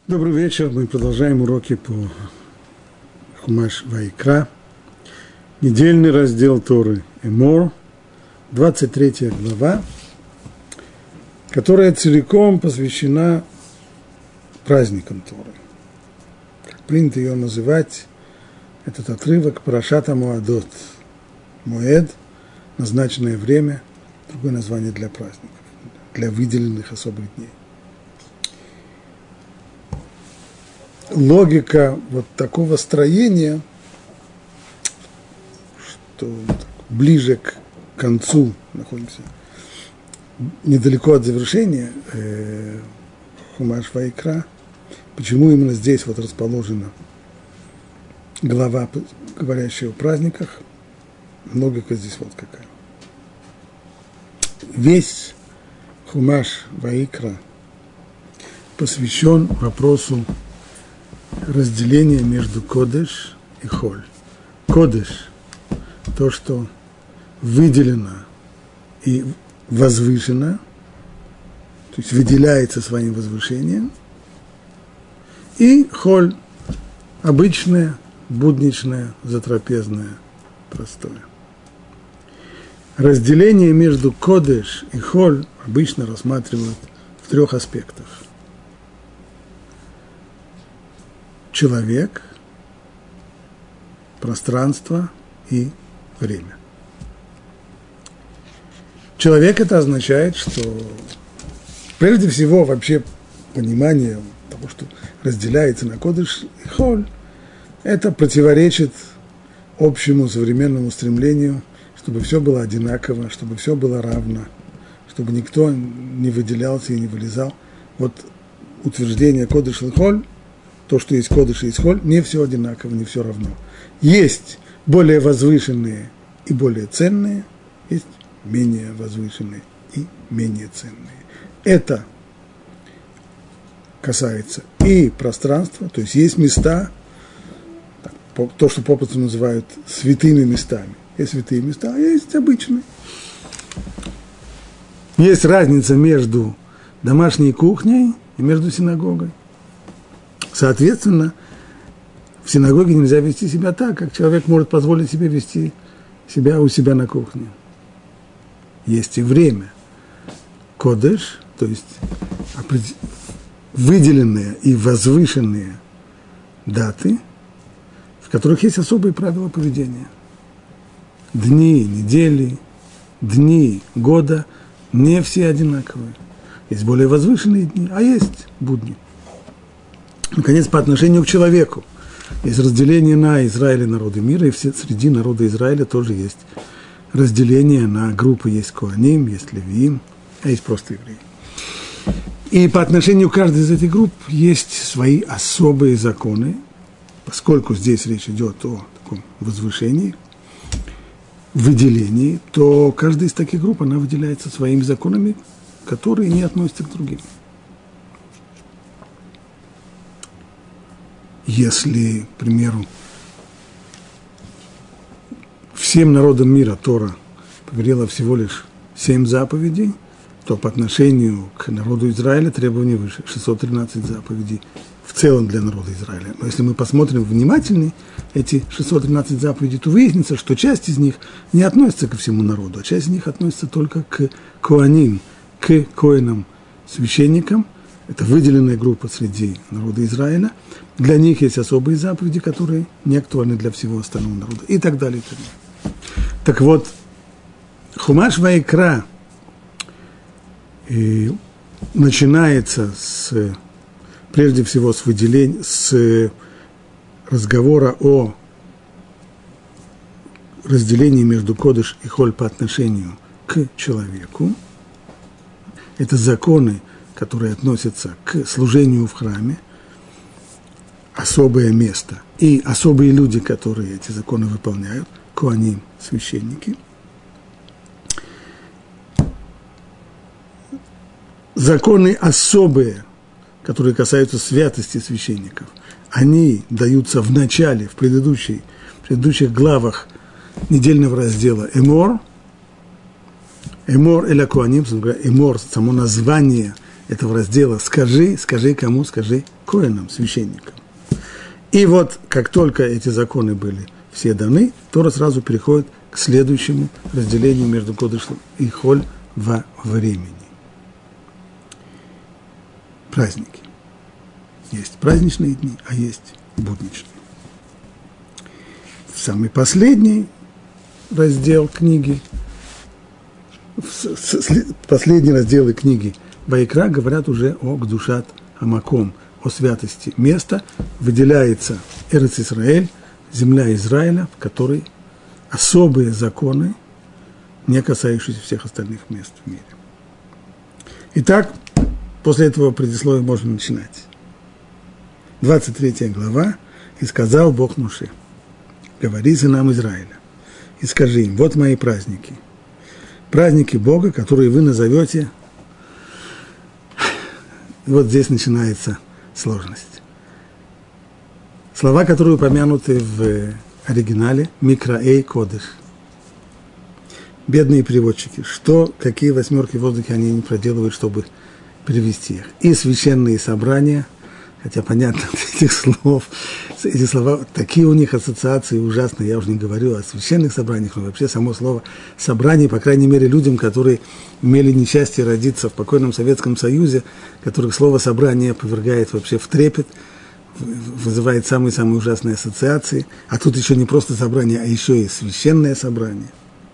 Добрый вечер. Мы продолжаем уроки по Хумаш Ваикра. Недельный раздел Торы Эмор, 23 глава, которая целиком посвящена праздникам Торы. Как принято ее называть, этот отрывок Парашат ха-Моадот. Моэд – назначенное время, другое название для праздников, для выделенных особых дней. Логика вот такого строения, что ближе к концу находимся, недалеко от завершения Хумаш Ваикра, почему именно здесь вот расположена глава, говорящая о праздниках, логика здесь вот какая. Весь Хумаш Ваикра посвящен вопросу разделение между кодеш и холь. Кодеш – то, что выделено и возвышено, то есть выделяется своим возвышением, и холь – обычное, будничное, затрапезное, простое. Разделение между кодеш и холь обычно рассматривают в трех аспектах. Человек, пространство и время. Человек – это означает, что прежде всего вообще понимание того, что разделяется на кодеш и холь, это противоречит общему современному стремлению, чтобы все было одинаково, чтобы все было равно, чтобы никто не выделялся и не вылезал. Вот утверждение кодеш и холь, то, что есть кодеш и есть холь, не все одинаково, не все равно. Есть более возвышенные и более ценные, есть менее возвышенные и менее ценные. Это касается и пространства, то есть есть места, то, что попросту называют святыми местами. Есть святые места, а есть обычные. Есть разница между домашней кухней и между синагогой. Соответственно, в синагоге нельзя вести себя так, как человек может позволить себе вести себя у себя на кухне. Есть и время. Кодеш, то есть выделенные и возвышенные даты, в которых есть особые правила поведения. Дни, недели, дни, года не все одинаковые. Есть более возвышенные дни, а есть будни. Наконец, по отношению к человеку. Есть разделение на Израиль и народы мира, и среди народа Израиля тоже есть разделение на группы. Есть Коаним, есть Левиим, а есть просто евреи. И по отношению к каждой из этих групп есть свои особые законы, поскольку здесь речь идет о таком возвышении, выделении, то каждая из таких групп, она выделяется своими законами, которые не относятся к другим. Если, к примеру, всем народам мира Тора повелела всего лишь 7 заповедей, то по отношению к народу Израиля требования выше, 613 заповедей в целом для народа Израиля. Но если мы посмотрим внимательнее эти 613 заповедей, то выяснится, что часть из них не относится ко всему народу, а часть из них относится только к коаним, к коинам, священникам. Это выделенная группа среди народа Израиля. Для них есть особые заповеди, которые не актуальны для всего остального народа. И так далее, и так далее. Так вот, Хумаш Ваикра начинается прежде всего с разговора о разделении между кодеш и холь по отношению к человеку. Это законы, которые относятся к служению в храме, особое место и особые люди, которые эти законы выполняют, коаним, священники. Законы особые, которые касаются святости священников, они даются в начале, в предыдущих главах недельного раздела Эмор, Эмор эля Коаним, эмор, само название этого раздела «Скажи кому? Скажи коэнам, священникам». И вот, как только эти законы были все даны, Тора сразу переходит к следующему разделению между Кодеш и Холь во времени. Праздники. Есть праздничные дни, а есть будничные. Самый последний раздел книги, последние разделы книги Ваикра говорят уже о Гдушат Амаком, о святости места. Выделяется Эрец Исраэль, земля Израиля, в которой особые законы, не касающиеся всех остальных мест в мире. Итак, после этого предисловия можно начинать. 23 глава. «И сказал Бог Моше, говори сынам Израиля, и скажи им, вот мои праздники, праздники Бога, которые вы назовете». Вот здесь начинается сложность. Слова, которые упомянуты в оригинале, «Микраэй Кодеш». Бедные переводчики, какие восьмерки в воздухе они не проделывают, чтобы перевести их. И священные собрания, хотя понятно от этих слов, эти слова, такие у них ассоциации ужасные, я уже не говорю о священных собраниях, но вообще само слово «собрание», по крайней мере, людям, которые имели несчастье родиться в покойном Советском Союзе, которых слово «собрание» повергает вообще в трепет, вызывает самые-самые ужасные ассоциации, а тут еще не просто собрание, а еще и священное собрание.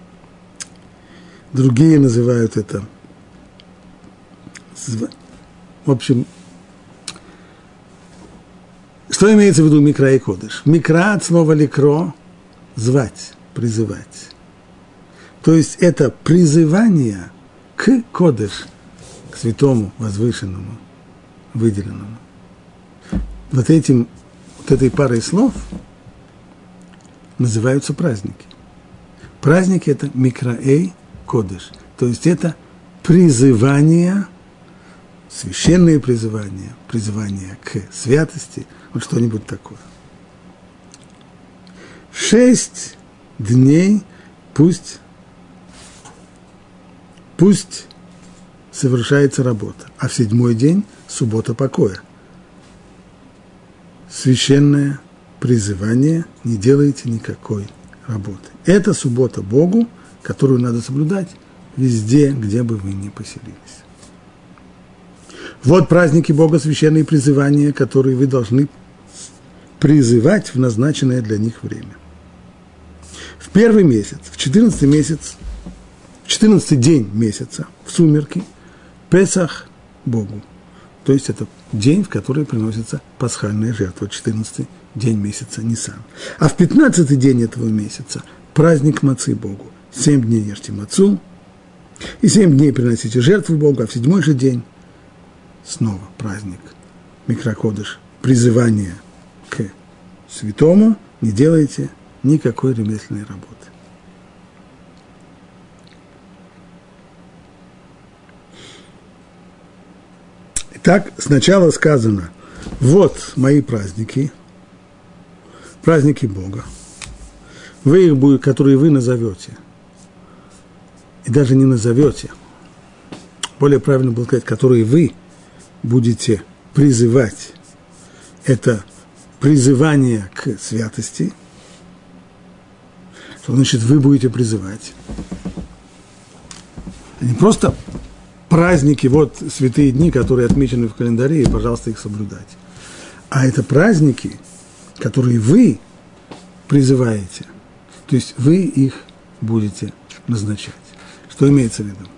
Другие называют это, в общем, что имеется в виду микра и кодеш? Микра от слова ликро – звать, призывать. То есть это призывание к кодеш, к святому, возвышенному, выделенному. Вот этой парой слов называются праздники. Праздники – это микраэй кодеш, то есть это призывание, священные призывания, призывание к святости, вот что-нибудь такое. 6 дней пусть совершается работа, а в 7-й день суббота покоя. Священное призывание, не делайте никакой работы. Это суббота Богу, которую надо соблюдать везде, где бы вы ни поселились. Вот праздники Бога, священные призывания, которые вы должны призывать в назначенное для них время. В первый месяц, в 14-й месяц, в 14-й день месяца, в сумерки, Песах Богу. То есть это день, в который приносится пасхальная жертва, 14-й день месяца Нисан. А в 15-й день этого месяца праздник Мацы Богу. 7 дней ешьте мацу, и 7 дней приносите жертву Богу, а в 7-й же день снова праздник Микра Кодеш, призывание к святому, не делайте никакой ремесленной работы. Итак, сначала сказано, вот мои праздники, праздники Бога, вы их будете, которые вы назовете, и даже не назовете, более правильно было сказать, которые вы будете призывать, это призывание к святости. Что значит вы будете призывать? Не просто праздники, вот святые дни, которые отмечены в календаре, и, пожалуйста, их соблюдать. А это праздники, которые вы призываете, то есть вы их будете назначать. Что имеется в виду?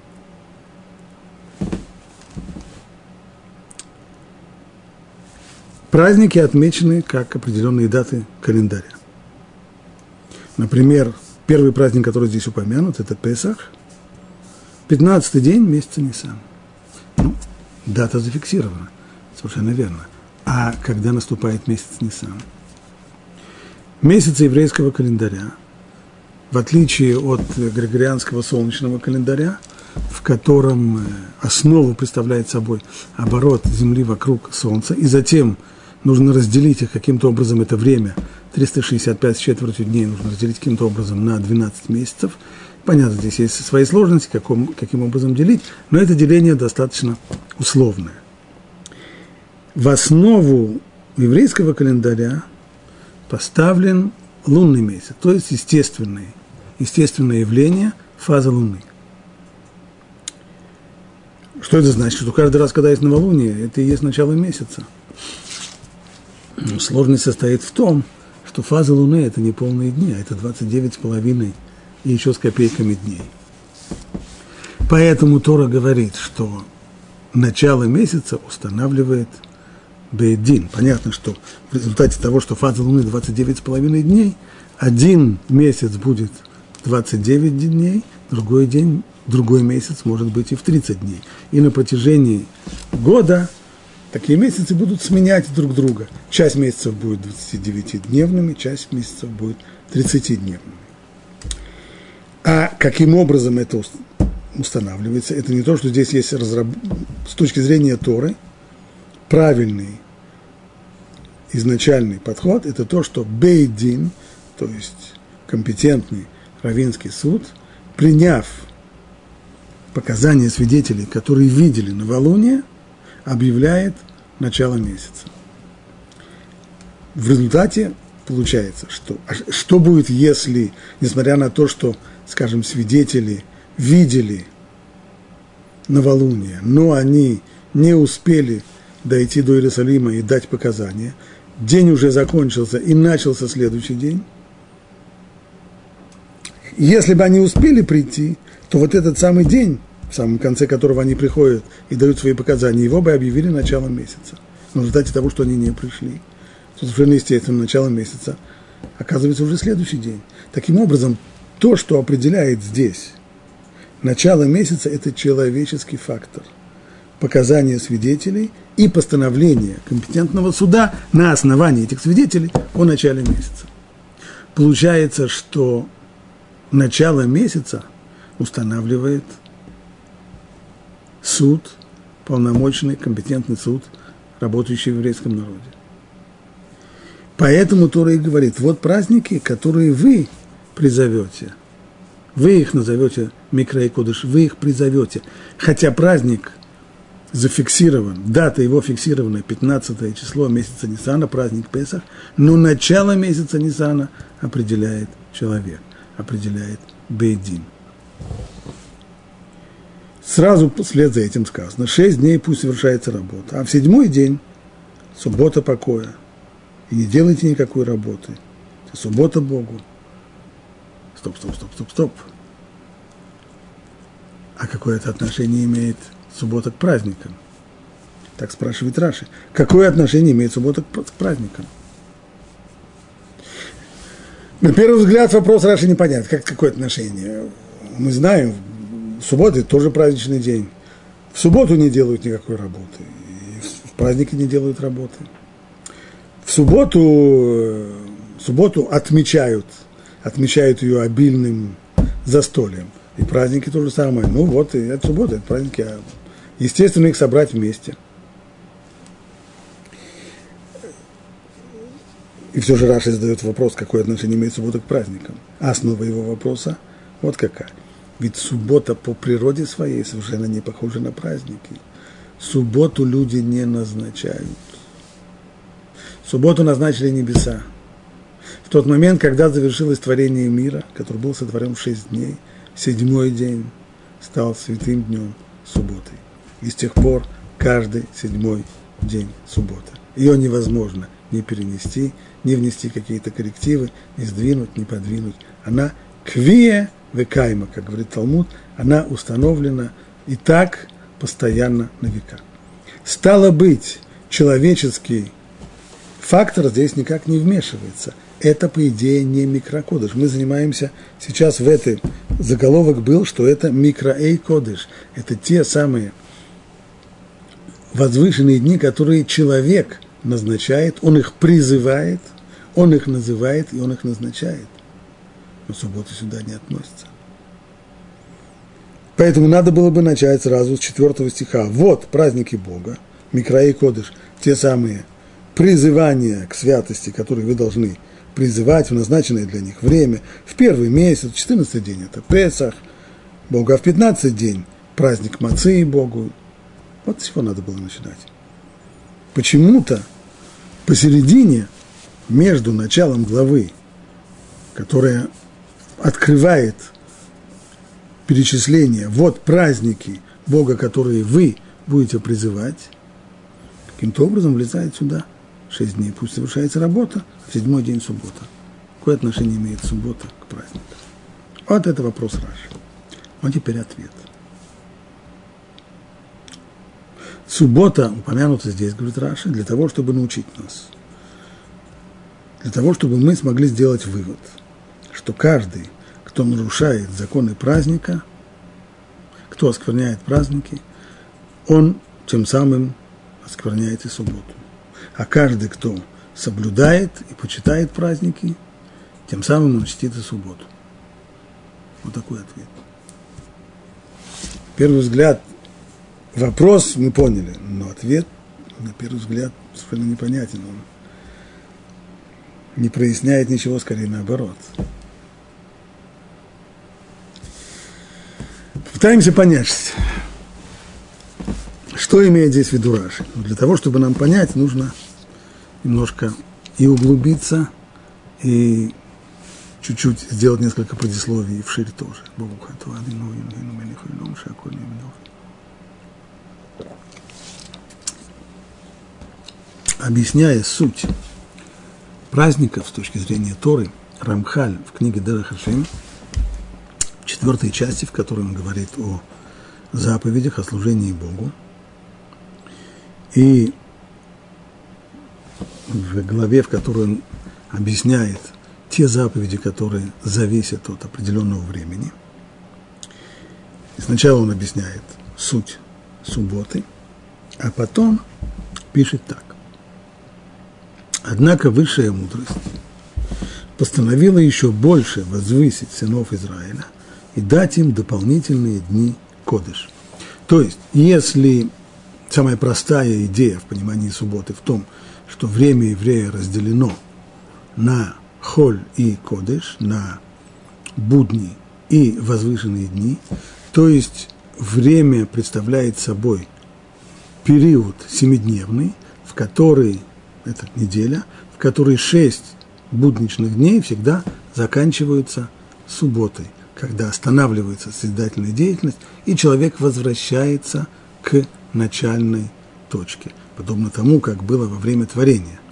Праздники отмечены как определенные даты календаря. Например, первый праздник, который здесь упомянут, это Песах, 15-й день месяца Нисан. Ну, дата зафиксирована, совершенно верно. А когда наступает месяц Нисан? Месяцы еврейского календаря, в отличие от григорианского солнечного календаря, в котором основу представляет собой оборот Земли вокруг Солнца, и затем нужно разделить их каким-то образом, это время, 365 с четвертью дней нужно разделить каким-то образом на 12 месяцев, Понятно, здесь есть свои сложности, каким образом делить, но это деление достаточно условное. В основу еврейского календаря поставлен лунный месяц, то есть естественное явление фаза Луны. Что это значит? Что каждый раз, когда есть новолуние, это и есть начало месяца. Но сложность состоит в том, что фаза Луны – это не полные дни, а это 29,5 и еще с копейками дней. Поэтому Тора говорит, что начало месяца устанавливает Бейт-Дин. Понятно, что в результате того, что фаза Луны 29,5 дней, один месяц будет 29 дней, другой месяц может быть и в 30 дней. И на протяжении года такие месяцы будут сменять друг друга. Часть месяцев будет 29-дневными, часть месяцев будет 30-дневными. А каким образом это устанавливается? Это не то, что здесь есть с точки зрения Торы правильный изначальный подход, это то, что Бейт-Дин, то есть компетентный раввинский суд, приняв показания свидетелей, которые видели новолуние, объявляет начало месяца. В результате получается, что будет, если, несмотря на то, что, скажем, свидетели видели новолуние, но они не успели дойти до Иерусалима и дать показания, день уже закончился и начался следующий день. Если бы они успели прийти, то вот этот самый день, в самом конце которого они приходят и дают свои показания, его бы объявили началом месяца. Но в результате того, что они не пришли, совершенно естественно, начало месяца оказывается уже следующий день. Таким образом, то, что определяет здесь начало месяца, это человеческий фактор. Показания свидетелей и постановление компетентного суда на основании этих свидетелей о начале месяца. Получается, что начало месяца устанавливает суд, полномочный, компетентный суд, работающий в еврейском народе. Поэтому Тора и говорит, вот праздники, которые вы призовете, вы их назовете Микра и Кодыш, вы их призовете, хотя праздник зафиксирован, дата его фиксирована, 15 число месяца Нисана, праздник Песах, но начало месяца Нисана определяет человек, определяет Бейт-Дин. Сразу вслед за этим сказано, 6 дней пусть совершается работа, а в 7-й день суббота покоя. И не делайте никакой работы. Это суббота Богу. Стоп. А какое это отношение имеет суббота к праздникам? Так спрашивает Раши. Какое отношение имеет суббота к праздникам? На первый взгляд вопрос Раши непонятен. Какое отношение? Мы знаем, суббота – это тоже праздничный день. В субботу не делают никакой работы. И в праздники не делают работы. В субботу отмечают ее обильным застольем. И праздники то же самое. Ну вот, и это суббота, это праздники. Естественно, их собрать вместе. И все же Раши задает вопрос, какое отношение имеет суббота к праздникам. Основа его вопроса вот какая. Ведь суббота по природе своей совершенно не похожа на праздники. Субботу люди не назначают. Субботу назначили небеса. В тот момент, когда завершилось творение мира, который был сотворен в 6 дней, 7-й день стал святым днем субботой. И с тех пор каждый 7-й день суббота. Ее невозможно ни перенести, ни внести какие-то коррективы, ни сдвинуть, ни подвинуть. Она квие векайма, как говорит Талмуд, она установлена и так постоянно на века. Стало быть, человеческий фактор здесь никак не вмешивается. Это, по идее, не микрокодыш. Мы занимаемся сейчас в этой заголовок был, что это микроэй-кодыш. Это те самые возвышенные дни, которые человек назначает, он их призывает, он их называет и он их назначает. Но суббота сюда не относится. Поэтому надо было бы начать сразу с 4 стиха. Вот праздники Бога, микроэй-кодыш, те самые призывания к святости, которые вы должны призывать в назначенное для них время. В первый месяц, 14 день – это Песах Богу, а в 15 день – праздник Мацы Богу. Вот с чего надо было начинать. Почему-то посередине, между началом главы, которая открывает перечисление, вот праздники Бога, которые вы будете призывать, каким-то образом влезает сюда 6 дней. Пусть совершается работа, в 7-й день суббота. Какое отношение имеет суббота к празднику? Вот это вопрос Раши. Вот теперь ответ. Суббота упомянута здесь, говорит Раши, для того, чтобы научить нас. Для того, чтобы мы смогли сделать вывод, что каждый, кто нарушает законы праздника, кто оскверняет праздники, он тем самым оскверняет и субботу. А каждый, кто соблюдает и почитает праздники, тем самым он чтит и субботу. Вот такой ответ. Первый взгляд, вопрос мы поняли, но ответ, на первый взгляд, совершенно непонятен. Он не проясняет ничего, скорее наоборот. Попытаемся понять, что имеет здесь в виду Раши. Для того, чтобы нам понять, нужно немножко и углубиться, и чуть-чуть сделать несколько предисловий и вширь тоже. Объясняя суть праздников с точки зрения Торы, Рамхаль в книге Дерех ха-Шем, в 4 части, в которой он говорит о заповедях, о служении Богу, и в главе, в которой он объясняет те заповеди, которые зависят от определенного времени. И сначала он объясняет суть субботы, а потом пишет так. Однако высшая мудрость постановила еще больше возвысить сынов Израиля и дать им дополнительные дни кодеш. То есть, если самая простая идея в понимании субботы в том, что время еврея разделено на холь и кодеш, на будни и возвышенные дни, то есть время представляет собой период 7-дневный, в который, это неделя, в которой 6 будничных дней всегда заканчиваются субботой, когда останавливается созидательная деятельность, и человек возвращается к начальной точке, подобно тому, как было во время творения.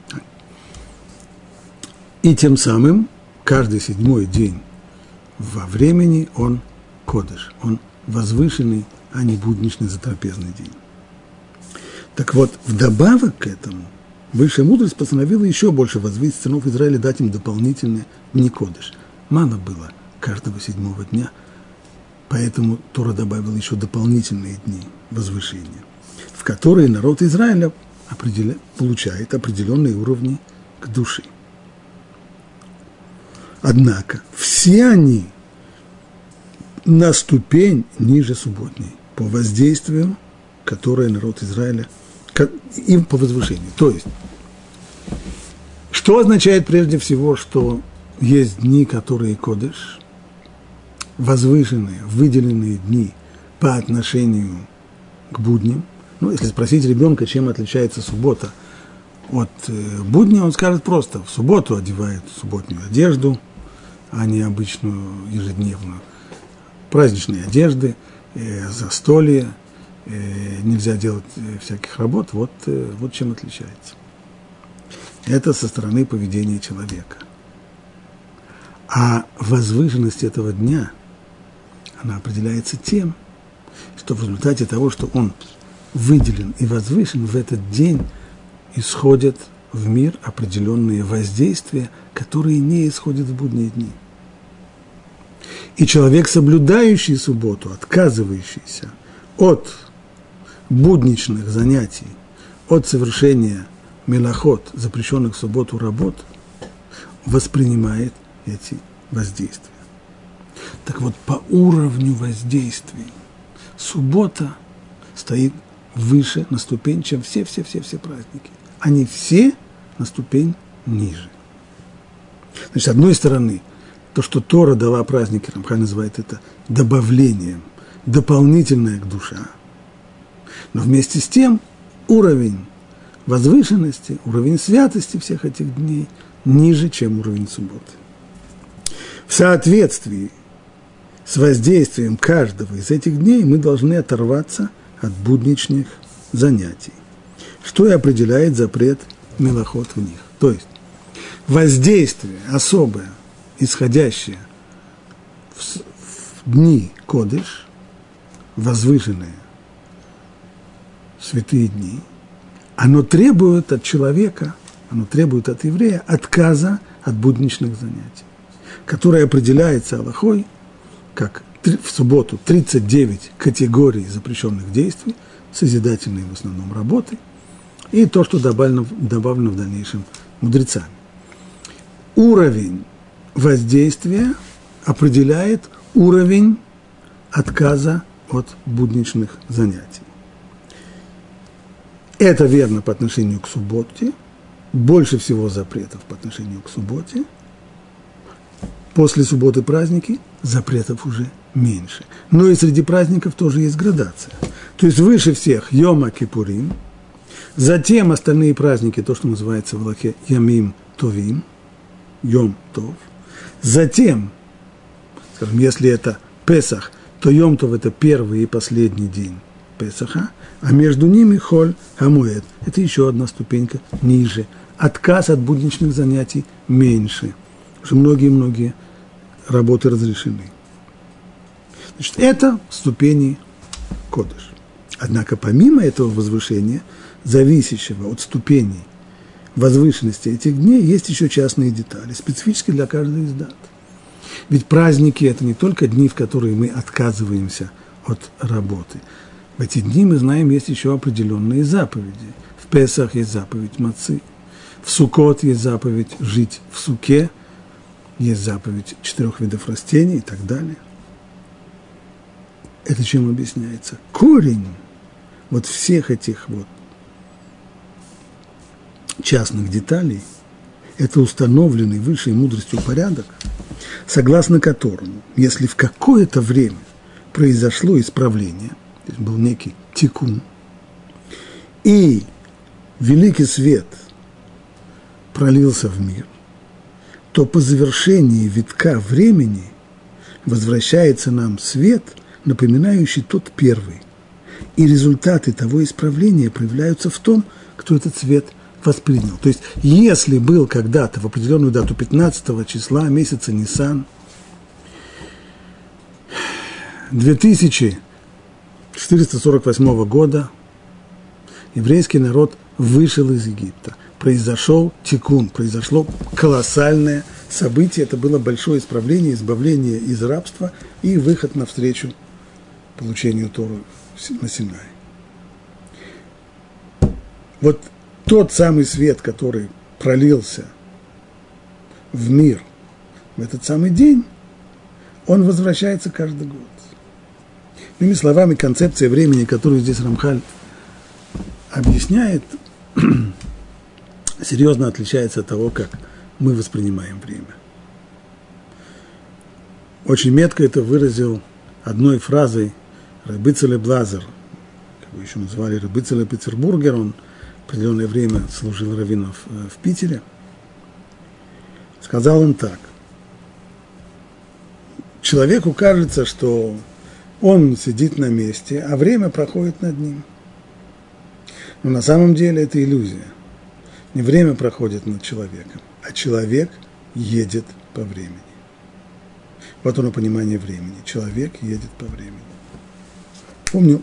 И тем самым каждый 7-й день во времени он кодеш, он возвышенный, а не будничный затрапезный день. Так вот, вдобавок к этому, высшая мудрость постановила еще больше возвысить сынов Израиля, дать им дополнительные дни кодеш. Мало было каждого 7-го дня, поэтому Тора добавила еще дополнительные дни возвышения, в которые народ Израиля получает определенные уровни к душе. Однако все они на ступень ниже субботней по воздействию, которое народ Израиля им по возвышению. То есть, что означает прежде всего, что есть дни, которые кодеш, возвышенные, выделенные дни по отношению к будням. Ну, если спросить ребенка, чем отличается суббота от будня, он скажет просто: в субботу одевают субботнюю одежду, а не обычную ежедневную. Праздничные одежды, застолье, нельзя делать всяких работ, вот чем отличается. Это со стороны поведения человека. А возвышенность этого дня, она определяется тем, что в результате того, что он выделен и возвышен, в этот день исходят в мир определенные воздействия, которые не исходят в будние дни. И человек, соблюдающий субботу, отказывающийся от будничных занятий, от совершения мелахот, запрещенных в субботу работ, воспринимает эти воздействия. Так вот, по уровню воздействий суббота стоит выше на ступень, чем все праздники. Они все на ступень ниже. Значит, с одной стороны, то, что Тора дала праздники, Рамхаль называет это добавлением, дополнительная к душа. Но вместе с тем уровень возвышенности, уровень святости всех этих дней ниже, чем уровень субботы. В соответствии с воздействием каждого из этих дней мы должны оторваться от будничных занятий, что и определяет запрет мелахот в них. То есть воздействие особое, исходящее в дни кодеш, возвышенные святые дни, оно требует от человека, оно требует от еврея отказа от будничных занятий, которое определяется алахой как в субботу 39 категорий запрещенных действий, созидательные в основном работы, и то, что добавлено в дальнейшем мудрецами. Уровень воздействия определяет уровень отказа от будничных занятий. Это верно по отношению к субботе, больше всего запретов по отношению к субботе. После субботы праздники, запретов уже меньше. Но и среди праздников тоже есть градация. То есть выше всех Йома Кипурим, затем остальные праздники, то, что называется в Алахе Ямим Товим, Йом Тов. Затем, скажем, если это Песах, то Йом Тов – это первый и последний день Песаха, а между ними Холь Хамуэд – это еще одна ступенька ниже. Отказ от будничных занятий меньше. Уже многие-многие работы разрешены. Значит, это ступени кодеш. Однако помимо этого возвышения, зависящего от ступеней возвышенности этих дней, есть еще частные детали, специфически для каждой из дат. Ведь праздники – это не только дни, в которые мы отказываемся от работы. В эти дни, мы знаем, есть еще определенные заповеди. В Песах есть заповедь мацы, в Суккот есть заповедь жить в суке, есть заповедь 4 видов растений и так далее. Это чем объясняется? Корень вот всех этих вот частных деталей – это установленный высшей мудростью порядок, согласно которому, если в какое-то время произошло исправление, то есть был некий тикун, и великий свет пролился в мир, то по завершении витка времени возвращается нам свет, напоминающий тот первый, и результаты того исправления проявляются в том, кто этот свет воспринял. То есть, если был когда-то в определенную дату 15 числа месяца Нисан 2448 года еврейский народ вышел из Египта, произошел тикун, произошло колоссальное событие, это было большое исправление, избавление из рабства и выход навстречу получению Торы на Синае. Вот тот самый свет, который пролился в мир в этот самый день, он возвращается каждый год. Иными словами, концепция времени, которую здесь Рамхаль объясняет, серьезно отличается от того, как мы воспринимаем время. Очень метко это выразил одной фразой Рабби Ицхак Блазер, как его еще называли Рабби Ицхак Петербургер, он определенное время служил раввином в Питере. Сказал он так: человеку кажется, что он сидит на месте, а время проходит над ним. Но на самом деле это иллюзия. Не время проходит над человеком, а человек едет по времени. Вот оно понимание времени. Человек едет по времени. Помню,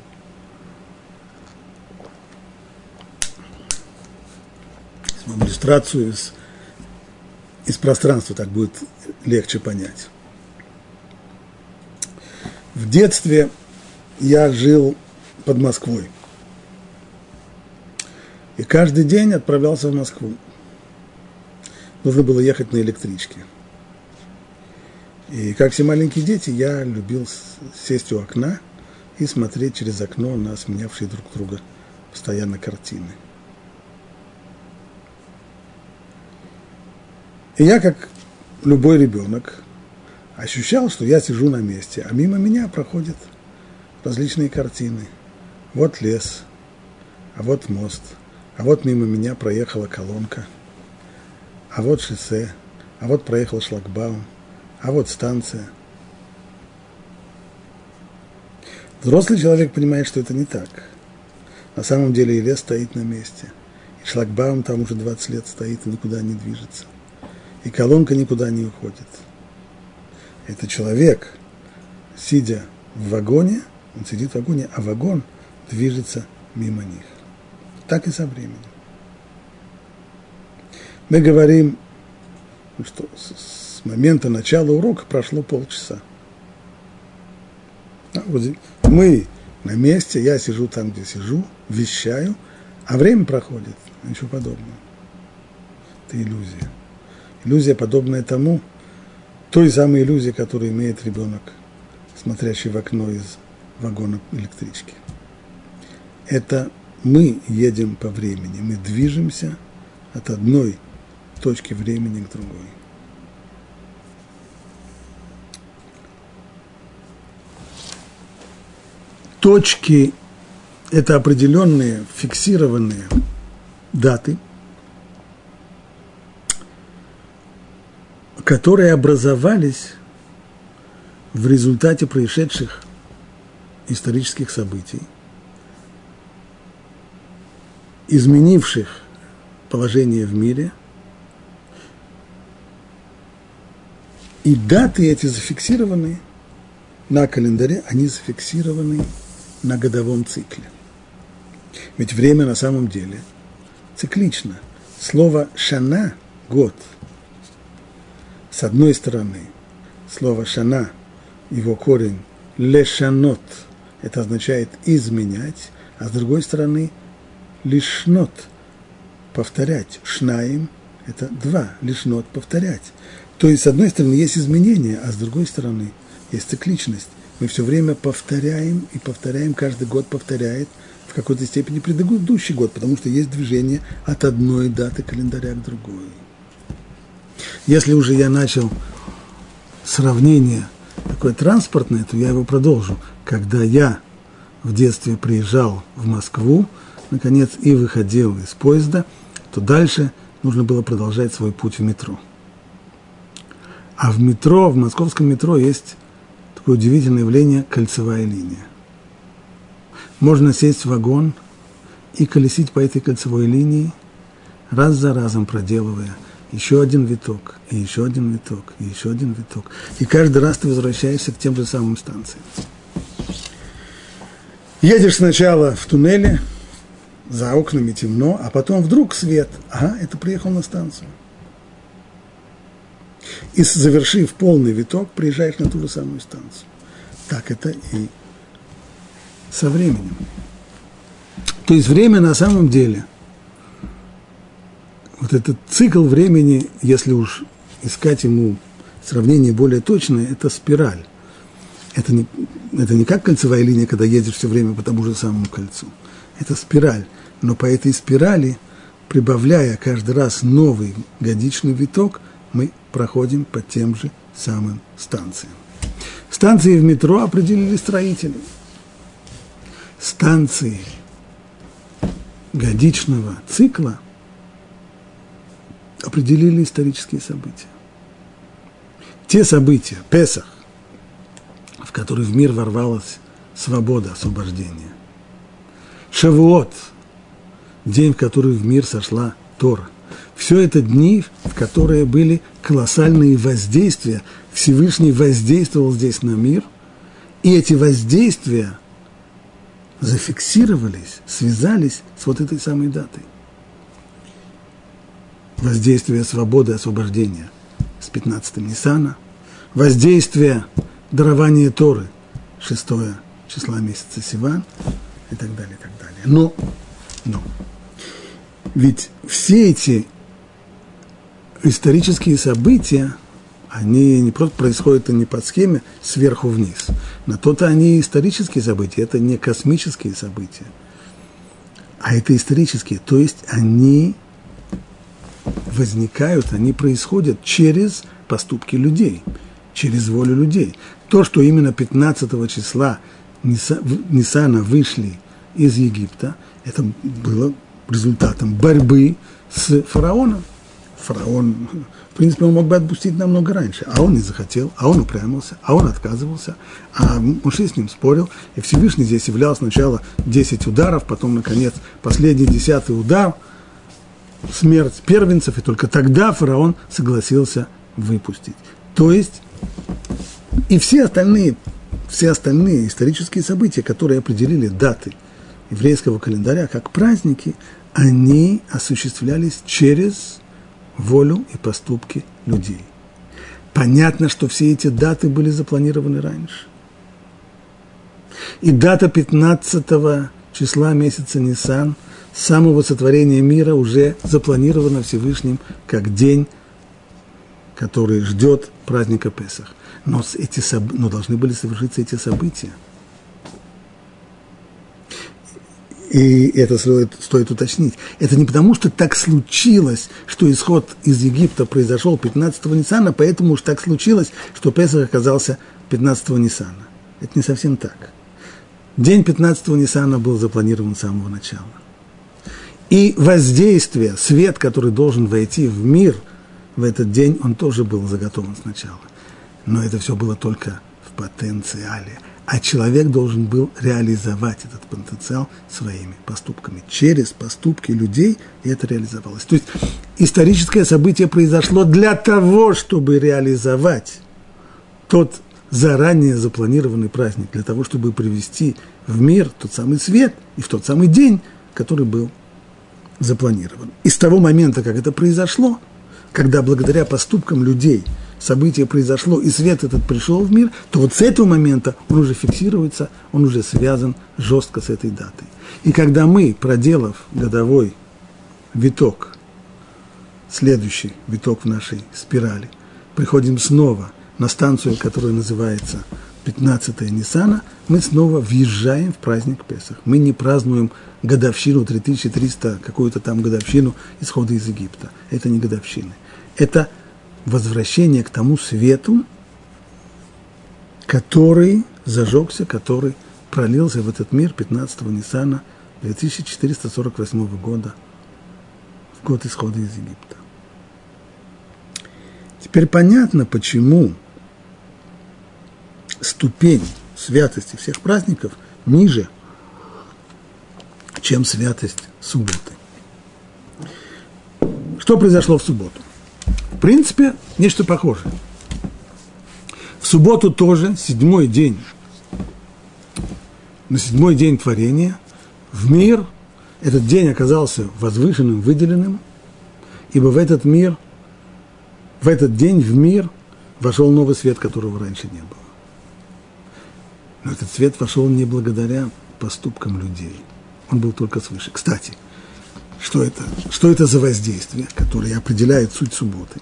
иллюстрацию из пространства, так будет легче понять. В детстве я жил под Москвой. И каждый день отправлялся в Москву. Нужно было ехать на электричке. И как все маленькие дети, я любил сесть у окна и смотреть через окно на сменявшие друг друга постоянно картины. И я, как любой ребенок, ощущал, что я сижу на месте, а мимо меня проходят различные картины. Вот лес, а вот мост, а вот мимо меня проехала колонка, а вот шоссе, а вот проехал шлагбаум, а вот станция. Взрослый человек понимает, что это не так. На самом деле и лес стоит на месте, и шлагбаум там уже 20 лет стоит и никуда не движется, и колонка никуда не уходит. Это человек, сидя в вагоне, он сидит в вагоне, а вагон движется мимо них. Так и со временем. Мы говорим, что с момента начала урока прошло полчаса. Мы на месте, я сижу там, где сижу, вещаю, а время проходит, ничего подобного. Это иллюзия. Иллюзия, подобная тому, той самой иллюзии, которую имеет ребенок, смотрящий в окно из вагона электрички. Это мы едем по времени, мы движемся от одной точки времени к другой. Точки – это определенные фиксированные даты, которые образовались в результате происшедших исторических событий, изменивших положение в мире, и даты эти зафиксированы на календаре, они зафиксированы на годовом цикле. Ведь время на самом деле циклично. Слово «шана» – год. С одной стороны, слово «шана», его корень «лешанот» – это означает «изменять», а с другой стороны «лишнот» – повторять. «Шнаим» – это два, «лишнот» – повторять. То есть, с одной стороны, есть изменения, а с другой стороны, есть цикличность. Мы все время повторяем и повторяем, каждый год повторяет в какой-то степени предыдущий год, потому что есть движение от одной даты календаря к другой. Если уже я начал сравнение такое транспортное, то я его продолжу. Когда я в детстве приезжал в Москву, наконец, и выходил из поезда, то дальше нужно было продолжать свой путь в метро. А в метро, в московском метро есть такое удивительное явление – кольцевая линия. Можно сесть в вагон и колесить по этой кольцевой линии, раз за разом проделывая еще один виток, и еще один виток, и еще один виток. И каждый раз ты возвращаешься к тем же самым станциям. Едешь сначала в туннеле, за окнами темно, а потом вдруг свет. Ага, это приехал на станцию. И, завершив полный виток, приезжаешь на ту же самую станцию. Так это и со временем. То есть время на самом деле, вот этот цикл времени, если уж искать ему сравнение более точное, это спираль. Это не как кольцевая линия, когда едешь все время по тому же самому кольцу. Это спираль. Но по этой спирали, прибавляя каждый раз новый годичный виток, мы проходим по тем же самым станциям. Станции в метро определили строители. Станции годичного цикла определили исторические события. Те события, Песах, в которые в мир ворвалась свобода, освобождение. Шавуот, день, в который в мир сошла Тора. Все это дни, в которые были колоссальные воздействия. Всевышний воздействовал здесь на мир, и эти воздействия зафиксировались, связались с вот этой самой датой. Воздействие свободы, освобождения с 15-м Ниссана, воздействие дарования Торы 6 числа месяца Сиван и так далее, и так далее. Но, ведь все эти исторические события, они не просто происходят не по схеме сверху вниз. На то-то они исторические события, это не космические события, а это исторические. То есть они возникают, они происходят через поступки людей, через волю людей. То, что именно 15 числа Ниссана вышли из Египта, это было результатом борьбы с фараоном. Фараон, в принципе, он мог бы отпустить намного раньше, а он не захотел, а он упрямился, а он отказывался, а Моше с ним спорил, и Всевышний здесь являл сначала 10 ударов, потом, наконец, последний 10-й удар, смерть первенцев, и только тогда фараон согласился выпустить. То есть, и все остальные исторические события, которые определили даты еврейского календаря как праздники, они осуществлялись через волю и поступки людей. Понятно, что все эти даты были запланированы раньше. И дата 15 числа месяца Ниссан, самого сотворения мира, уже запланирована Всевышним как день, который ждет праздника Песах. Но должны были совершиться эти события. И это стоит уточнить. Это не потому, что так случилось, что исход из Египта произошел 15-го Ниссана, поэтому уж так случилось, что Песах оказался 15-го Ниссана. Это не совсем так. День 15-го Ниссана был запланирован с самого начала. И воздействие, свет, который должен войти в мир в этот день, он тоже был заготовлен сначала. Но это все было только в потенциале. А человек должен был реализовать этот потенциал своими поступками. Через поступки людей это реализовалось. То есть историческое событие произошло для того, чтобы реализовать тот заранее запланированный праздник, для того, чтобы привести в мир тот самый свет и в тот самый день, который был запланирован. И с того момента, как это произошло, когда благодаря поступкам людей событие произошло, и свет этот пришел в мир, то вот с этого момента он уже фиксируется, он уже связан жестко с этой датой. И когда мы, проделав годовой виток, следующий виток в нашей спирали, приходим снова на станцию, которая называется 15-е Ниссана, мы снова въезжаем в праздник Песах. Мы не празднуем годовщину 3300, какую-то там годовщину исхода из Египта. Это не годовщины. Это возвращение к тому свету, который зажегся, который пролился в этот мир 15-го Ниссана 2448 года, в год исхода из Египта. Теперь понятно, почему ступень святости всех праздников ниже, чем святость субботы. Что произошло в субботу? В принципе, нечто похожее. В субботу тоже, на седьмой день творения, в мир этот день оказался возвышенным, выделенным, ибо в этот день в мир вошел новый свет, которого раньше не было. Но этот свет вошел не благодаря поступкам людей. Он был только свыше. Кстати, что это за воздействие, которое определяет суть субботы?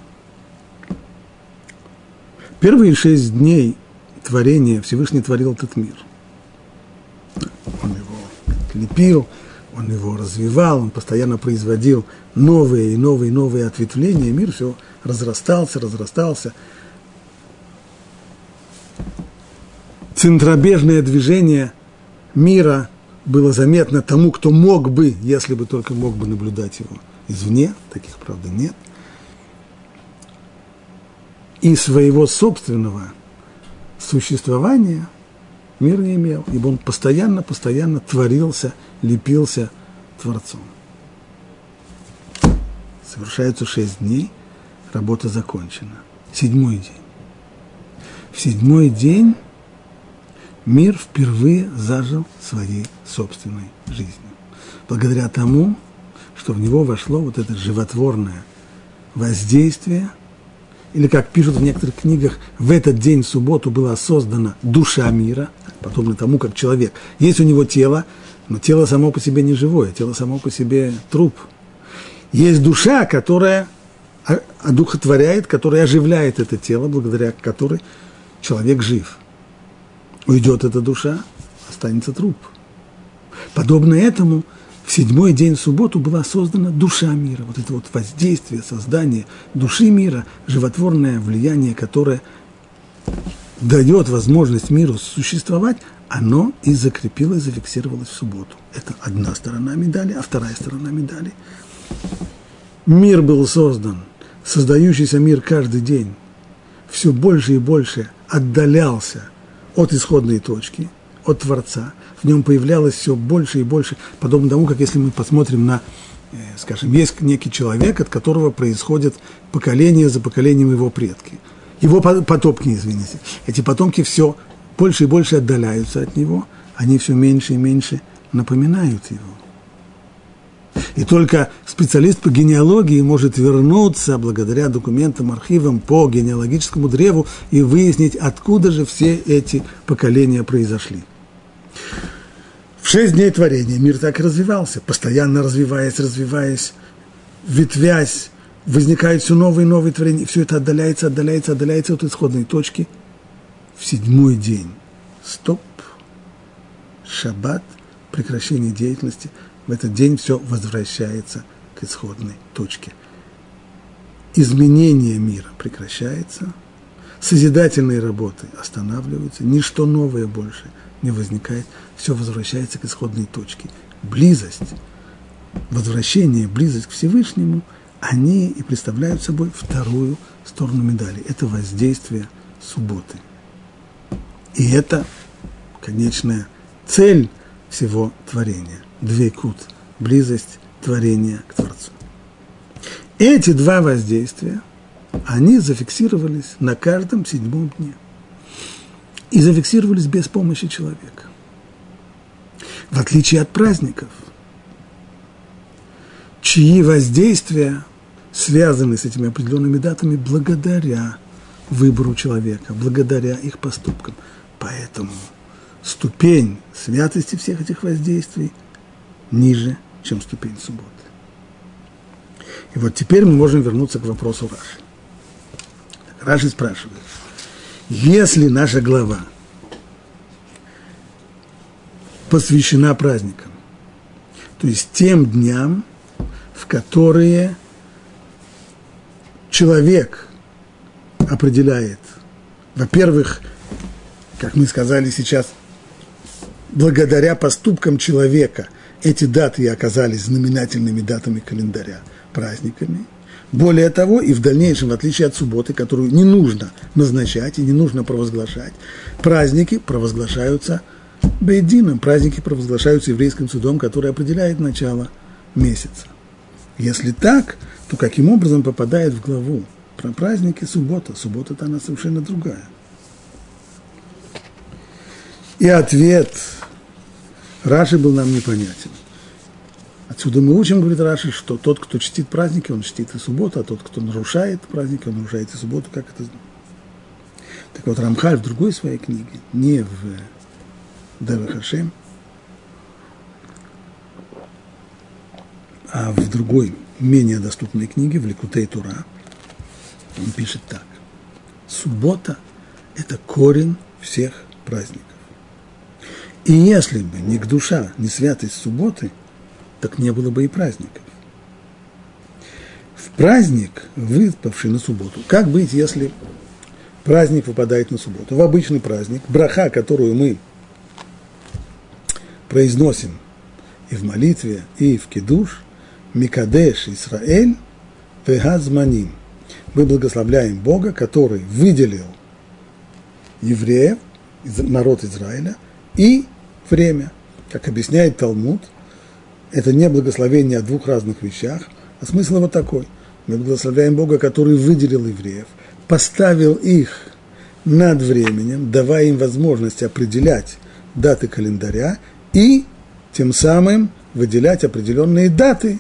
Первые 6 дней творения Всевышний творил этот мир. Он его лепил, он его развивал, он постоянно производил новые и новые ответвления. Мир все разрастался. Центробежное движение мира было заметно тому, кто мог бы, если бы только мог бы наблюдать его извне, таких, правда, нет. И своего собственного существования мир не имел, ибо он постоянно творился, лепился Творцом. Совершаются 6 дней, работа закончена. 7-й день. В 7-й день мир впервые зажил своей собственной жизнью. Благодаря тому, что в него вошло вот это животворное воздействие, или, как пишут в некоторых книгах, в этот день, в субботу, была создана душа мира, подобно тому, как человек. Есть у него тело, но тело само по себе не живое, тело само по себе труп. Есть душа, которая одухотворяет, которая оживляет это тело, благодаря которой человек жив. Уйдет эта душа, останется труп. Подобно этому, В седьмой день, в субботу, была создана душа мира. Вот это вот воздействие, создание души мира, животворное влияние, которое дает возможность миру существовать, оно и закрепилось, зафиксировалось в субботу. Это одна сторона медали, а вторая сторона медали. Мир был создан, создающийся мир каждый день все больше и больше отдалялся от исходной точки, от Творца. В нем появлялось все больше и больше, подобно тому, как если мы посмотрим на, скажем, есть некий человек, от которого происходит поколение за поколением его предки. Его потомки, извините. Эти потомки все больше и больше отдаляются от него, они все меньше и меньше напоминают его. И только специалист по генеалогии может вернуться благодаря документам, архивам по генеалогическому древу и выяснить, откуда же все эти поколения произошли. В 6 дней творения мир так и развивался, постоянно развиваясь, ветвясь, возникают все новые и новые творения, все это отдаляется от исходной точки. В 7-й день стоп, шаббат, прекращение деятельности. В этот день все возвращается к исходной точке. Изменение мира прекращается, созидательные работы останавливаются, ничто новое больше не возникает, все возвращается к исходной точке. Близость, возвращение, близость к Всевышнему, они и представляют собой вторую сторону медали. Это воздействие субботы. И это конечная цель всего творения. Двейкут, близость творения к Творцу. Эти два воздействия, они зафиксировались на каждом 7-м дне. И зафиксировались без помощи человека. В отличие от праздников, чьи воздействия связаны с этими определенными датами благодаря выбору человека, благодаря их поступкам. Поэтому ступень святости всех этих воздействий ниже, чем ступень субботы. И вот теперь мы можем вернуться к вопросу Раши. Раши спрашивает, если наша глава посвящена праздникам, то есть тем дням, в которые человек определяет, во-первых, как мы сказали сейчас, благодаря поступкам человека эти даты и оказались знаменательными датами календаря, праздниками. Более того, и в дальнейшем, в отличие от субботы, которую не нужно назначать и не нужно провозглашать, праздники провозглашаются бейдином, праздники провозглашаются еврейским судом, который определяет начало месяца. Если так, то каким образом попадает в главу про праздники суббота? Суббота-то она совершенно другая. И ответ Раши был нам непонятен. Отсюда мы учим, говорит Раши, что тот, кто чтит праздники, он чтит и субботу, а тот, кто нарушает праздники, он нарушает и субботу. Как это? Так вот, Рамхаль в другой своей книге, не в Девах Хашем, а в другой, менее доступной книге, в Ликутей Тура, он пишет так. Суббота – это корень всех праздников. И если бы не душа, не святость субботы, так не было бы и праздников. В праздник, выпавший на субботу, как быть, если праздник выпадает на субботу? В обычный праздник, браха, которую мы произносим и в молитве, и в кидуш, Микадеш Исраэль вегазманим. Мы благословляем Бога, который выделил евреев, народ Израиля, и время. Как объясняет Талмуд, это не благословение о двух разных вещах, а смысл его такой. Мы благословляем Бога, который выделил евреев, поставил их над временем, давая им возможность определять даты календаря и тем самым выделять определенные даты,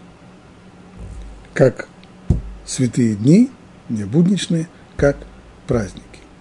как святые дни, не будничные, как праздники.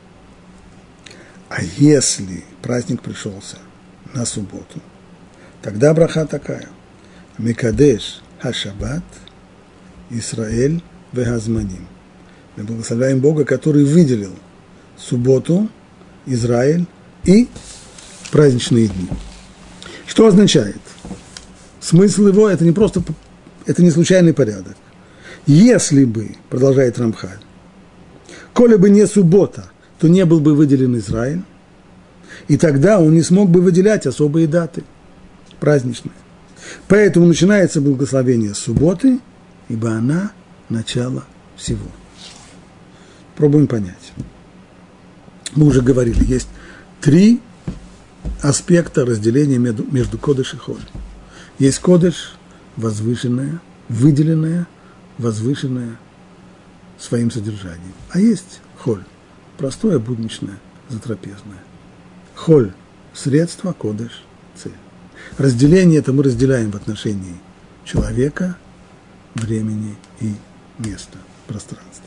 А если праздник пришелся на субботу, тогда браха такая. Микадеш хашаббат Исраэль вегазманим. Мы благословляем Бога, который выделил субботу, Израиль и праздничные дни. Что означает? Смысл его – это не просто, это не случайный порядок. Если бы, продолжает Рамхаль, коли бы не суббота, то не был бы выделен Израиль, и тогда он не смог бы выделять особые даты праздничные. Поэтому начинается благословение субботы, ибо она начало всего. Пробуем понять. Мы уже говорили, есть 3 аспекта разделения между кодеш и холь. Есть кодеш возвышенное, выделенное, возвышенное своим содержанием. А есть холь, простое, будничное, затрапезное. Холь – средство, кодеш – цель. Разделение это мы разделяем в отношении человека, времени и места, пространства.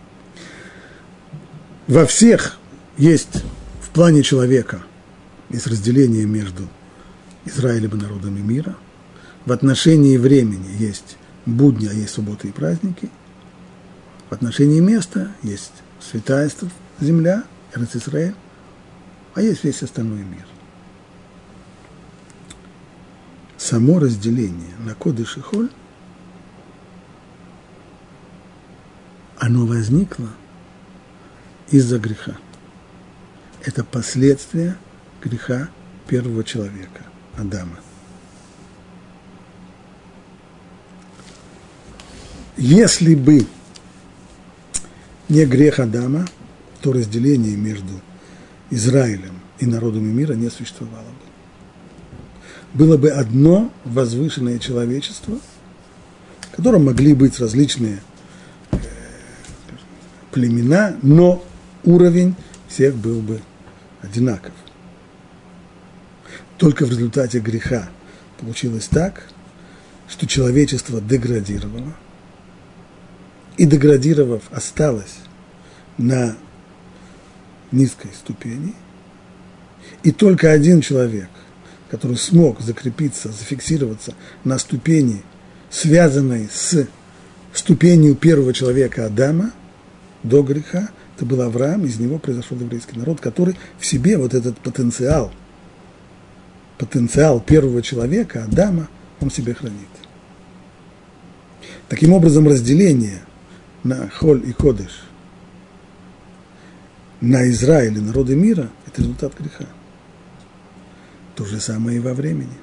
Во всех есть в плане человека есть разделение между Израилем и народами мира. В отношении времени есть будни, а есть субботы и праздники. В отношении места есть святая земля, Эрец-Исраэль, а есть весь остальной мир. Само разделение на кодеш и холь, оно возникло из-за греха. Это последствия греха первого человека, Адама. Если бы не грех Адама, то разделение между Израилем и народами мира не существовало бы. Было бы одно возвышенное человечество, в котором могли быть различные племена, но уровень всех был бы одинаков. Только в результате греха получилось так, что человечество деградировало, и деградировав осталось на низкой ступени, и только один человек, который смог закрепиться, зафиксироваться на ступени, связанной с ступенью первого человека Адама до греха, это был Авраам, из него произошел еврейский народ, который в себе вот этот потенциал первого человека, Адама, он в себе хранит. Таким образом, разделение на холь и кодеш, на Израиль и народы мира – это результат греха. То же самое и во времени.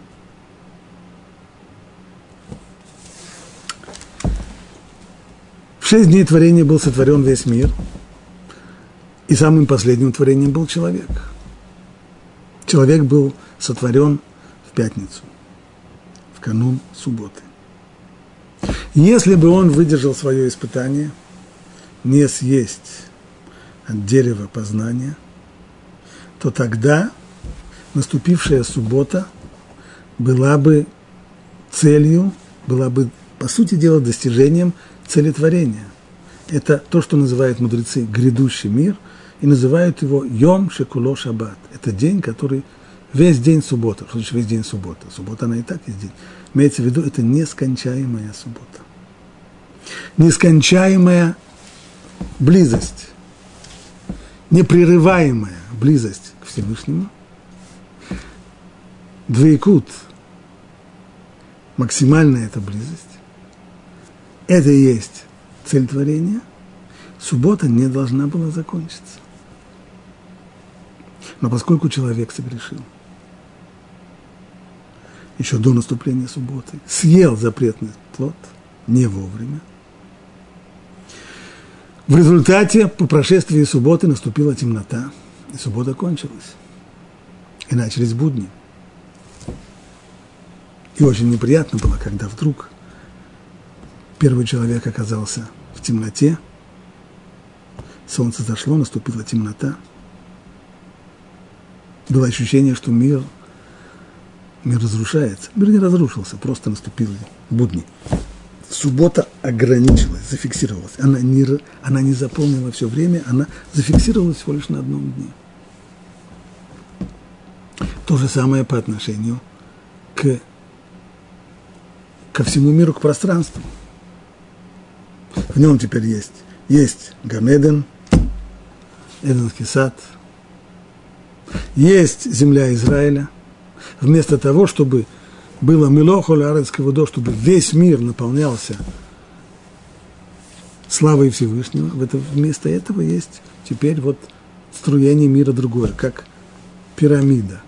В 6 дней творения был сотворен весь мир, и самым последним творением был человек. Человек был сотворен в пятницу, в канун субботы. Если бы он выдержал свое испытание, не съесть от дерева познания, то тогда наступившая суббота была бы целью, была бы, по сути дела, достижением цели творения. Это то, что называют мудрецы грядущий мир, и называют его Йом Шекуло Шаббат. Это день, который весь день суббота. Что значит весь день суббота? Суббота, она и так есть день. Имеется в виду, это нескончаемая суббота. Нескончаемая близость, непрерываемая близость к Всевышнему. Двоекут, максимальная эта близость. Это и есть цель творения. Суббота не должна была закончиться. Но поскольку человек согрешил, еще до наступления субботы, съел запретный плод не вовремя, в результате, по прошествии субботы, наступила темнота, и суббота кончилась. И начались будни. И очень неприятно было, когда вдруг первый человек оказался в темноте, солнце зашло, наступила темнота. Было ощущение, что мир разрушается. Мир не разрушился, просто наступили будни. Суббота ограничилась, зафиксировалась. Она не заполнила все время, она зафиксировалась всего лишь на одном дне. То же самое по отношению ко всему миру, к пространству. В нем теперь есть Ган-Эден, Эденский сад, есть земля Израиля. Вместо того, чтобы было мелохо лаарец каводо, чтобы весь мир наполнялся славой Всевышнего, вместо этого есть теперь вот струение мира другое, как пирамида.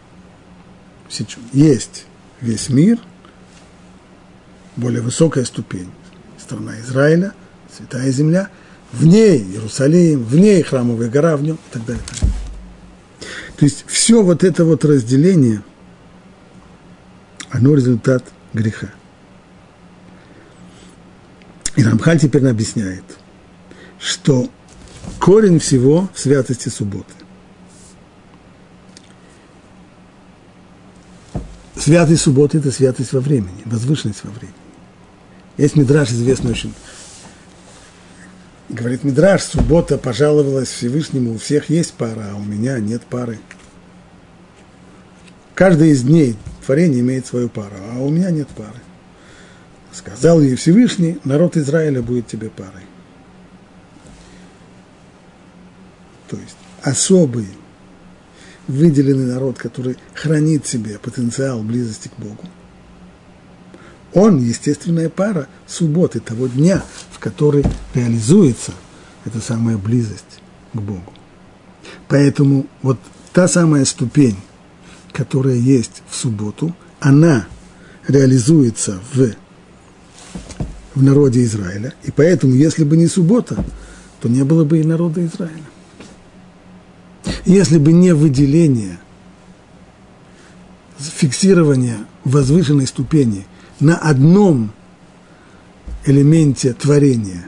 Есть весь мир, более высокая ступень, страна Израиля, святая земля, в ней Иерусалим, в ней храмовая гора, в нем и так далее. То есть все вот это вот разделение, оно результат греха. И Рамхаль теперь объясняет, что корень всего в святости субботы. Святость субботы – это святость во времени, возвышенность во времени. Есть мидраш известный очень. Говорит мидраш, суббота пожаловалась Всевышнему, у всех есть пара, а у меня нет пары. Каждый из дней творения имеет свою пару, а у меня нет пары. Сказал ей Всевышний, народ Израиля будет тебе парой. То есть особый, выделенный народ, который хранит в себе потенциал близости к Богу. Он естественная пара субботы, того дня, в который реализуется эта самая близость к Богу. Поэтому вот та самая ступень, которая есть в субботу, она реализуется в народе Израиля. И поэтому, если бы не суббота, то не было бы и народа Израиля. Если бы не выделение, фиксирование возвышенной ступени на одном элементе творения,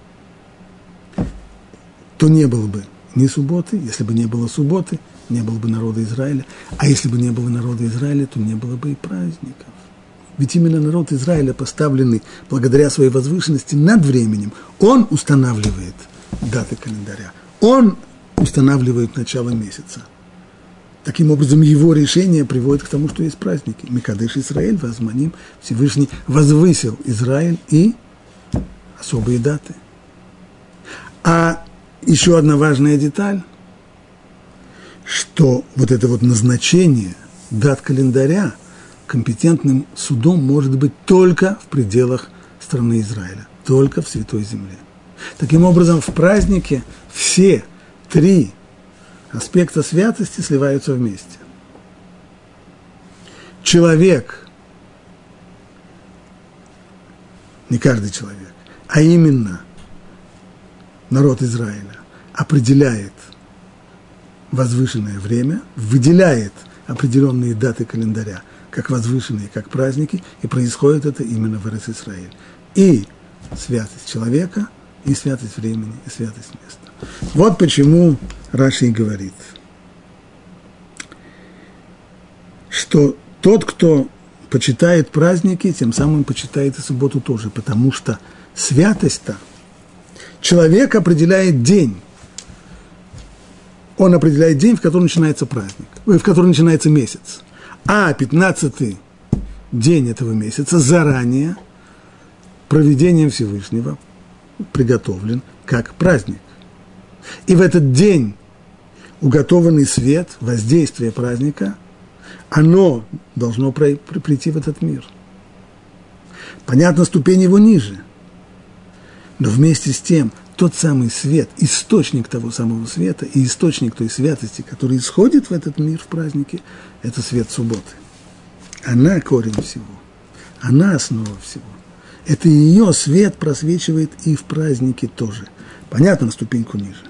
то не было бы ни субботы. Если бы не было субботы, не было бы народа Израиля. А если бы не было народа Израиля, то не было бы и праздников. Ведь именно народ Израиля, поставленный благодаря своей возвышенности над временем, он устанавливает даты календаря. Он устанавливает начало месяца. Таким образом, его решение приводит к тому, что есть праздники. Микадеш Исраэль, Вазманим, Всевышний возвысил Израиль и особые даты. А еще одна важная деталь, что вот это вот назначение дат календаря компетентным судом может быть только в пределах страны Израиля, только в Святой Земле. Таким образом, в празднике все три аспекта святости сливаются вместе. Человек, не каждый человек, а именно народ Израиля определяет возвышенное время, выделяет определенные даты календаря, как возвышенные, как праздники, и происходит это именно в Эрец-Исраэль. И святость человека, и святость времени, и святость места. Вот почему Раши и говорит, что тот, кто почитает праздники, тем самым почитает и субботу тоже, потому что святость-то человек определяет день. Он определяет день, в котором начинается праздник, в котором начинается месяц. А 15-й день этого месяца заранее провидением Всевышнего приготовлен как праздник. И в этот день уготованный свет, воздействие праздника, оно должно прийти в этот мир. Понятно, ступень его ниже. Но вместе с тем, тот самый свет, источник того самого света и источник той святости, который исходит в этот мир в празднике, это свет субботы. Она корень всего, она основа всего. Это ее свет просвечивает и в празднике тоже. Понятно, на ступеньку ниже.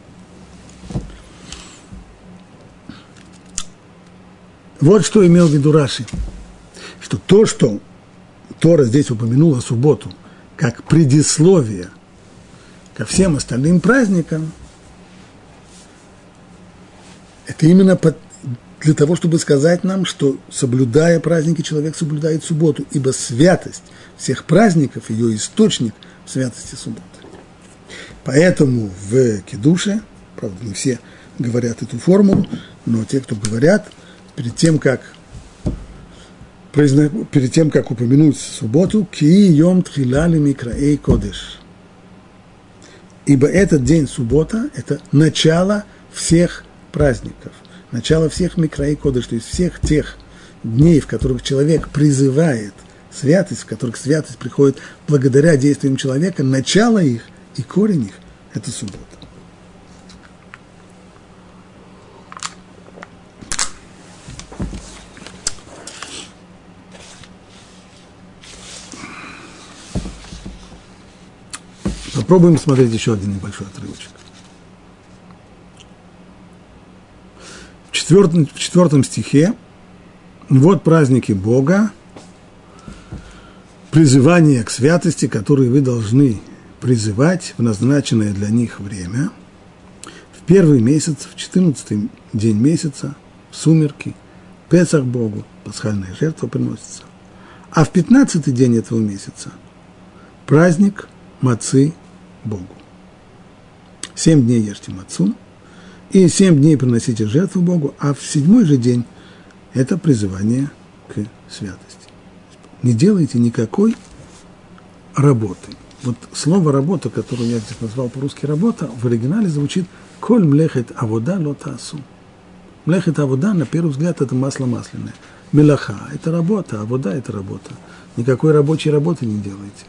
Вот что имел в виду Раши, что то, что Тора здесь упомянула субботу, как предисловие ко всем остальным праздникам, это именно для того, чтобы сказать нам, что, соблюдая праздники, человек соблюдает субботу, ибо святость всех праздников, ее источник в святости субботы. Поэтому в Кидуше, правда, не все говорят эту формулу, но те, кто говорят, перед тем, как упомянуть субботу, «Ки йом тхилали микраэй кодеш». Ибо этот день суббота – это начало всех праздников, начало всех микраэй кодеш, то есть всех тех дней, в которых человек призывает святость, в которых святость приходит благодаря действиям человека, начало их и корень их – это суббота. Попробуем смотреть еще один небольшой отрывочек. В четвертом стихе вот праздники Бога, призывание к святости, которые вы должны призывать в назначенное для них время, в первый месяц, в 14-й день месяца, в сумерки, Песах Богу, пасхальная жертва приносится. А в 15-й день этого месяца праздник мацы Богу. 7 дней ешьте мацу, и 7 дней приносите жертву Богу, а в 7-й же день это призывание к святости. Не делайте никакой работы. Вот слово «работа», которое я здесь назвал по-русски «работа», в оригинале звучит «коль млехет авода ло таасу». Млехет авода, на первый взгляд, это масло масляное. Мелаха – это работа, авода – это работа. Никакой рабочей работы не делайте.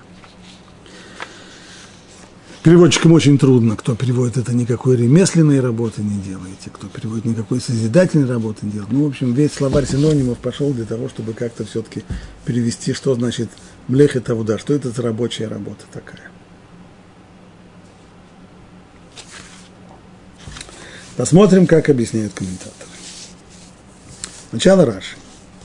Переводчикам очень трудно, кто переводит это, никакой ремесленной работы не делаете, кто переводит никакой созидательной работы не делает. Ну, в общем, весь словарь синонимов пошел для того, чтобы как-то все-таки перевести, что значит млехет авода, что это за рабочая работа такая. Посмотрим, как объясняют комментаторы. Сначала Раши.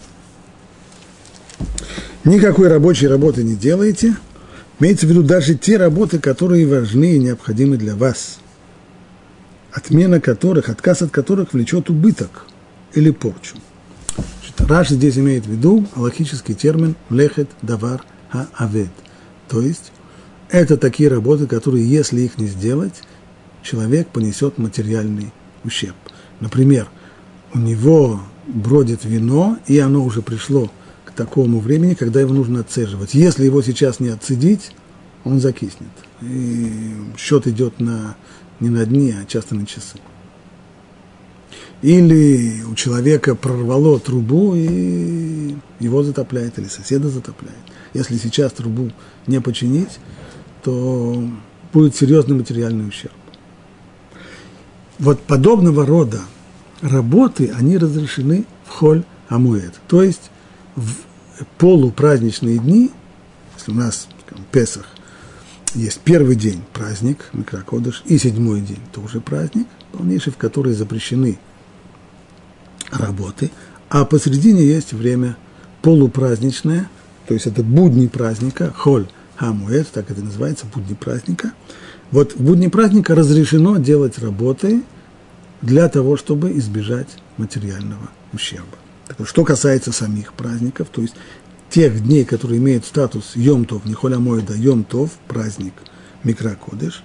Никакой рабочей работы не делаете. Имеется в виду даже те работы, которые важны и необходимы для вас, отмена которых, отказ от которых влечет убыток или порчу. Раши здесь имеет в виду алахический термин «млехет давар ха-авед», то есть это такие работы, которые, если их не сделать, человек понесет материальный ущерб. Например, у него бродит вино, и оно уже пришло к такому времени, когда его нужно отцеживать. Если его сейчас не отцедить, он закиснет. И счет идет не на дни, а часто на часы. Или у человека прорвало трубу, и его затопляет, или соседа затопляет. Если сейчас трубу не починить, то будет серьезный материальный ущерб. Вот подобного рода работы, они разрешены в холь амуэд, то есть в полупраздничные дни, если у нас, скажем, Песах, есть первый день праздник, Микра Кодеш, и 7-й день тоже праздник, полнейший, в который запрещены работы, а посередине есть время полупраздничное, то есть это будни праздника, холь амуэд, так это называется, будни праздника. Вот в будни праздника разрешено делать работы для того, чтобы избежать материального ущерба. Так вот, что касается самих праздников, то есть тех дней, которые имеют статус Йом-Тов, не Холь а-Моэд, а Йом-Тов, праздник Микра Кодеш,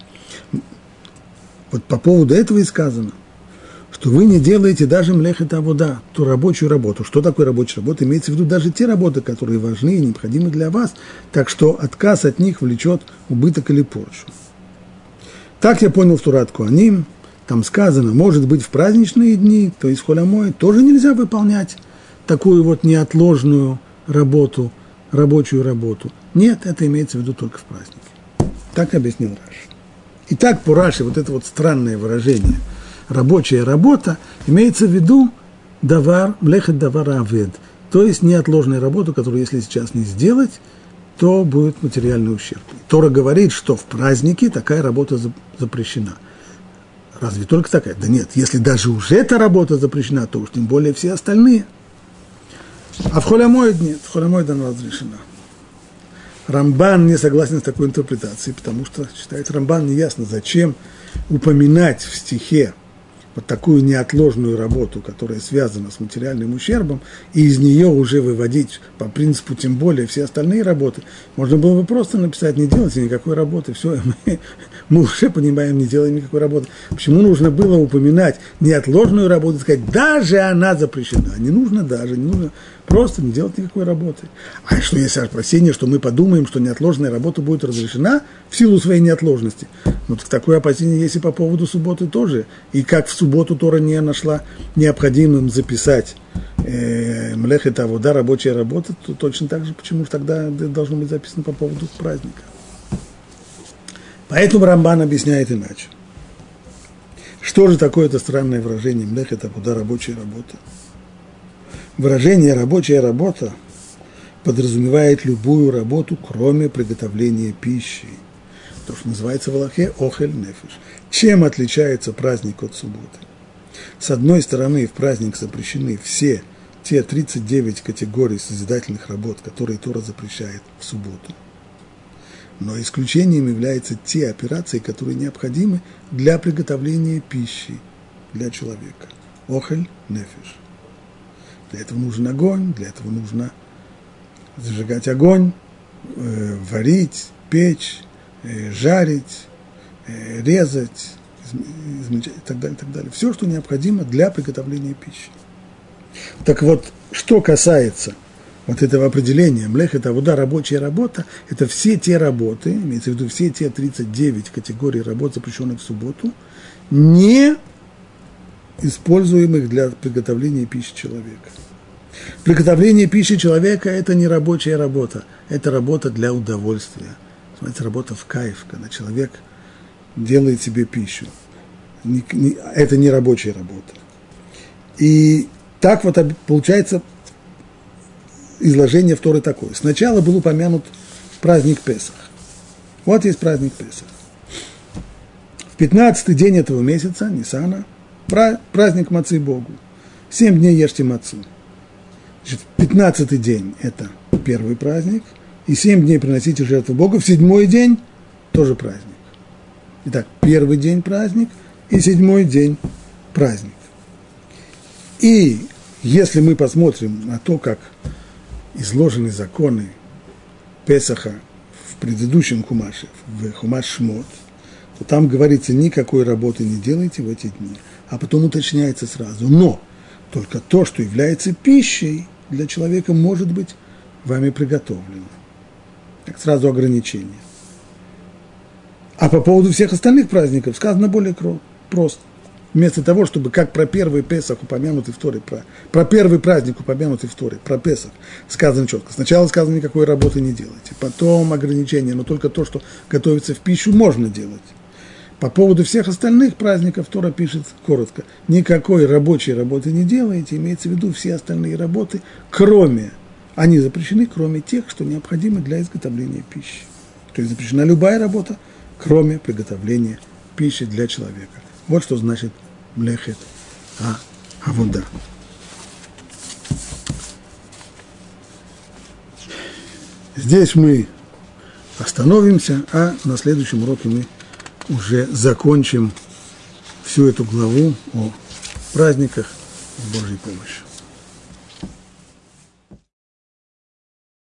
вот по поводу этого и сказано, что вы не делаете даже млехет авода, ту рабочую работу. Что такое рабочая работа? Имеется в виду даже те работы, которые важны и необходимы для вас, так что отказ от них влечет убыток или порчу. Так я понял в Турат Коаним, там сказано, может быть, в праздничные дни, то есть Холь а-Моэд, тоже нельзя выполнять такую вот неотложную работу, рабочую работу. Нет, это имеется в виду только в празднике. Так объяснил Раши. Итак, по Раши вот это вот странное выражение «рабочая работа» имеется в виду давар, млехет давар авед, то есть неотложная работа, которую если сейчас не сделать, то будет материальный ущерб. Тора говорит, что в празднике такая работа запрещена. Разве только такая? Да нет, если даже уже эта работа запрещена, то уж тем более все остальные. А в Холь а-Моэд нет, в Холь а-Моэд она разрешена. Рамбан не согласен с такой интерпретацией, потому что, считает Рамбан, неясно, зачем упоминать в стихе вот такую неотложную работу, которая связана с материальным ущербом, и из нее уже выводить по принципу, тем более, все остальные работы. Можно было бы просто написать, не делайте никакой работы, все, мы уже понимаем, не делаем никакой работы. Почему нужно было упоминать неотложную работу, сказать, даже она запрещена? Не нужно даже, не нужно просто не делать никакой работы. А что есть опасение, что мы подумаем, что неотложная работа будет разрешена в силу своей неотложности? Ну, так такое опасение есть и по поводу субботы тоже. И как в субботу Тора не нашла необходимым записать млехет авода, рабочая работа, то точно так же, почему же тогда должно быть записано по поводу праздника. Поэтому Рамбан объясняет иначе. Что же такое это странное выражение млехет авода, рабочая работа? Выражение «рабочая работа» подразумевает любую работу, кроме приготовления пищи. То, что называется в Алахе «охель нефеш». Чем отличается праздник от субботы? С одной стороны, в праздник запрещены все те 39 категорий созидательных работ, которые Тора запрещает в субботу. Но исключением являются те операции, которые необходимы для приготовления пищи для человека. «Охель нефеш». Для этого нужен огонь, для этого нужно зажигать огонь, варить, печь, жарить, резать, измельчать и так далее, и так далее. Все, что необходимо для приготовления пищи. Так вот, что касается вот этого определения, млехет авода, рабочая работа, это все те работы, имеется в виду все те 39 категорий работ, запрещенных в субботу, не используемых для приготовления пищи человека. Приготовление пищи человека – это не рабочая работа, это работа для удовольствия. Это работа в кайф, когда человек делает себе пищу. Это не рабочая работа. И так вот получается изложение Торы такое. Сначала был упомянут праздник Песах. Вот есть праздник Песах. В 15-й день этого месяца, Нисана, праздник мацы Богу. 7 дней ешьте мацу. Значит, 15-й день – это первый праздник, и 7 дней приносите жертву Богу, в 7-й день тоже праздник. Итак, первый день праздник, и 7-й день праздник. И если мы посмотрим на то, как изложены законы Песаха в предыдущем Хумаше, в Хумаш Шмот, то там говорится, никакой работы не делайте в эти дни, а потом уточняется сразу. Но только то, что является пищей для человека, может быть вами приготовлено. Так сразу ограничение. А по поводу всех остальных праздников сказано более просто. Вместо того, чтобы как про первый Песах упомянутый в Торе, про первый праздник упомянутый в Торе, про Песах, сказано четко. Сначала сказано, никакой работы не делайте. Потом ограничение, но только то, что готовится в пищу, можно делать. По поводу всех остальных праздников Тора пишет коротко. Никакой рабочей работы не делайте, имеется в виду все остальные работы, они запрещены, кроме тех, что необходимы для изготовления пищи. То есть запрещена любая работа, кроме приготовления пищи для человека. Вот что значит млехет авода. Здесь мы остановимся, а на следующем уроке мы уже закончим всю эту главу о праздниках с Божьей помощью.